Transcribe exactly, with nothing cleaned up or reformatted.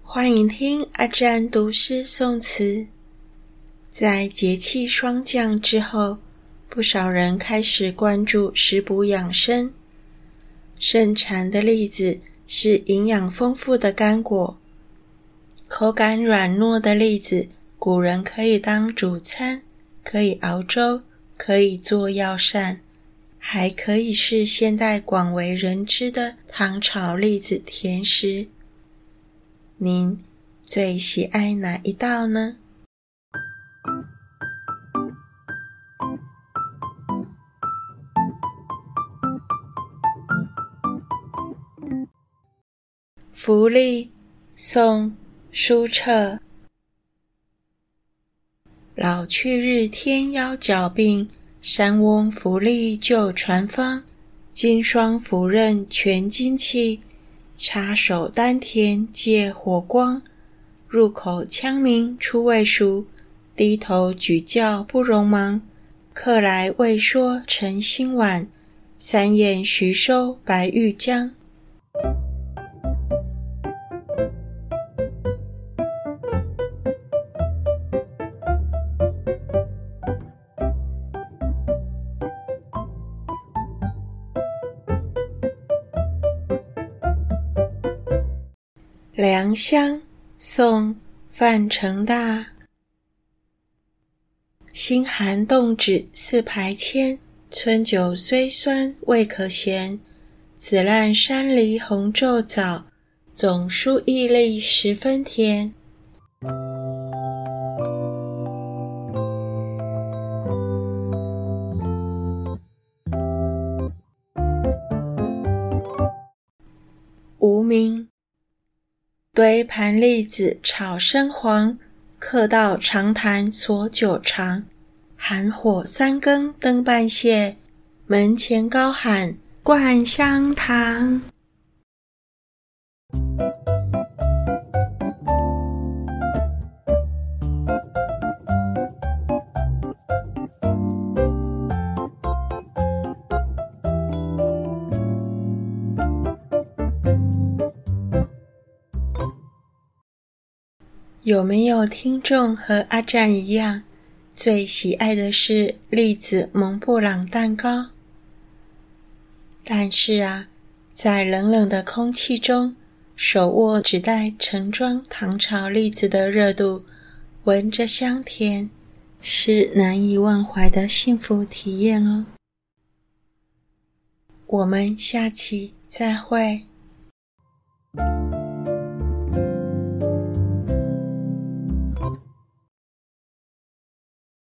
欢迎听阿占读诗宋词。在节气霜降之后，不少人开始关注食补养生。盛产的栗子是营养丰富的干果，口感软糯的栗子，古人可以当主餐，可以熬粥，可以做药膳，还可以是现代广为人知的糖炒栗子甜食。您最喜爱哪一道呢？鳧栗，宋·舒彻。老去日天腰脚病，山翁鳧栗旧传方。金霜抚刃全精气，插手丹田借火光。入口腔明出味熟，低头举教不容忙。客来未说诚心晚，三宴徐收白玉浆。良乡，宋·范成大。辛寒冻止四排迁，春酒虽酸未可咸。紫烂山梨红皱枣，总数益力十分甜。无名，堆盘栗子炒生黄，客到长谈锁酒长。寒火三更灯半泄，门前高喊灌香糖。有没有听众和阿占一样，最喜爱的是栗子蒙布朗蛋糕？但是啊，在冷冷的空气中，手握纸袋盛装糖炒栗子的热度，闻着香甜，是难以忘怀的幸福体验哦。我们下期再会。